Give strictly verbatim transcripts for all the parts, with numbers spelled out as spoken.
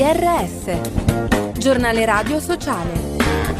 R S, giornale radio sociale.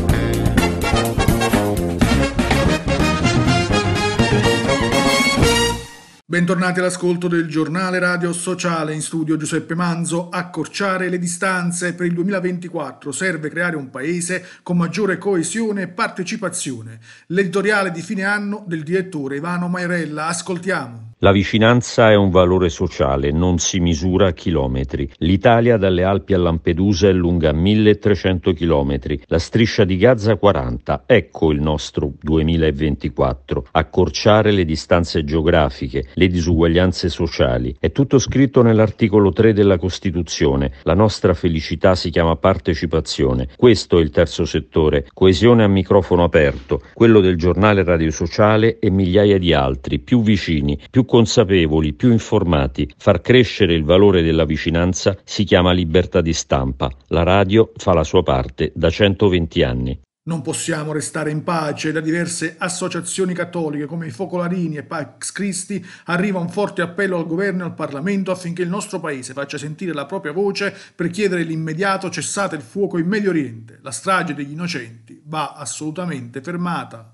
Bentornati all'ascolto del giornale radio sociale. In studio Giuseppe Manzo. Accorciare le distanze. Per il duemilaventiquattro serve creare un paese con maggiore coesione e partecipazione. L'editoriale di fine anno del direttore Ivano Mairella. Ascoltiamo. La vicinanza è un valore sociale, non si misura a chilometri. L'Italia dalle Alpi a Lampedusa è lunga milletrecento chilometri, la striscia di Gaza quaranta. Ecco il nostro duemilaventiquattro. Accorciare le distanze geografiche, le disuguaglianze sociali. È tutto scritto nell'articolo tre della Costituzione. La nostra felicità si chiama partecipazione. Questo è il terzo settore, coesione a microfono aperto, quello del giornale radio sociale e migliaia di altri, più vicini, più consapevoli, più informati. Far crescere il valore della vicinanza si chiama libertà di stampa. La radio fa la sua parte da centoventi anni. Non possiamo restare in pace. Da diverse associazioni cattoliche come i Focolarini e Pax Christi arriva un forte appello al governo e al Parlamento affinché il nostro paese faccia sentire la propria voce per chiedere l'immediato cessate il fuoco in Medio Oriente. La strage degli innocenti va assolutamente fermata.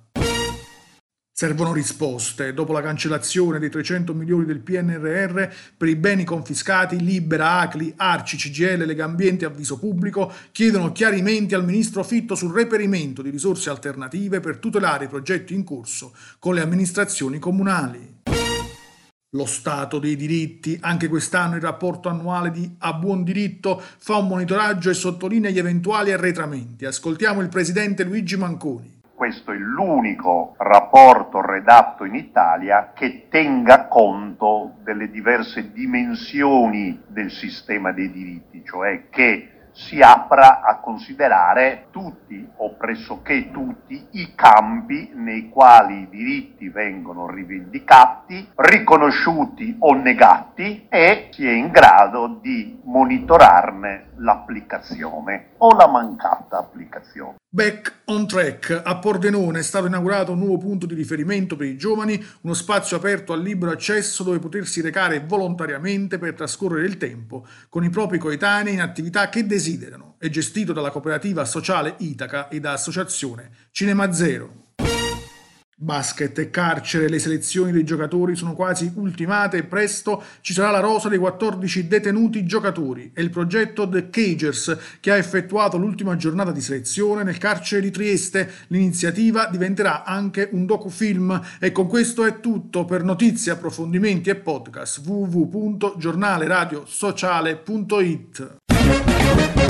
Servono risposte. Dopo la cancellazione dei trecento milioni del P N R R per i beni confiscati, Libera, Acli, Arci, C G I L, Legambiente e Avviso Pubblico chiedono chiarimenti al ministro Fitto sul reperimento di risorse alternative per tutelare i progetti in corso con le amministrazioni comunali. Lo Stato dei diritti. Anche quest'anno il rapporto annuale di A Buon Diritto fa un monitoraggio e sottolinea gli eventuali arretramenti. Ascoltiamo il presidente Luigi Manconi. Questo è l'unico rapporto redatto in Italia che tenga conto delle diverse dimensioni del sistema dei diritti, cioè che si apra a considerare tutti o pressoché tutti i campi nei quali i diritti vengono rivendicati, riconosciuti o negati e si è in grado di monitorarne l'applicazione o la mancata applicazione. Back on Track. A Pordenone è stato inaugurato un nuovo punto di riferimento per i giovani, uno spazio aperto al libero accesso dove potersi recare volontariamente per trascorrere il tempo con i propri coetanei in attività che desiderano. È gestito dalla cooperativa sociale Itaca e da associazione Cinema Zero. Basket e carcere. Le selezioni dei giocatori sono quasi ultimate e presto ci sarà la rosa dei quattordici detenuti giocatori. È il progetto The Cagers che ha effettuato l'ultima giornata di selezione nel carcere di Trieste. L'iniziativa diventerà anche un docufilm. E con questo è tutto. Per notizie, approfondimenti e podcast w w w punto giornale radio sociale punto it.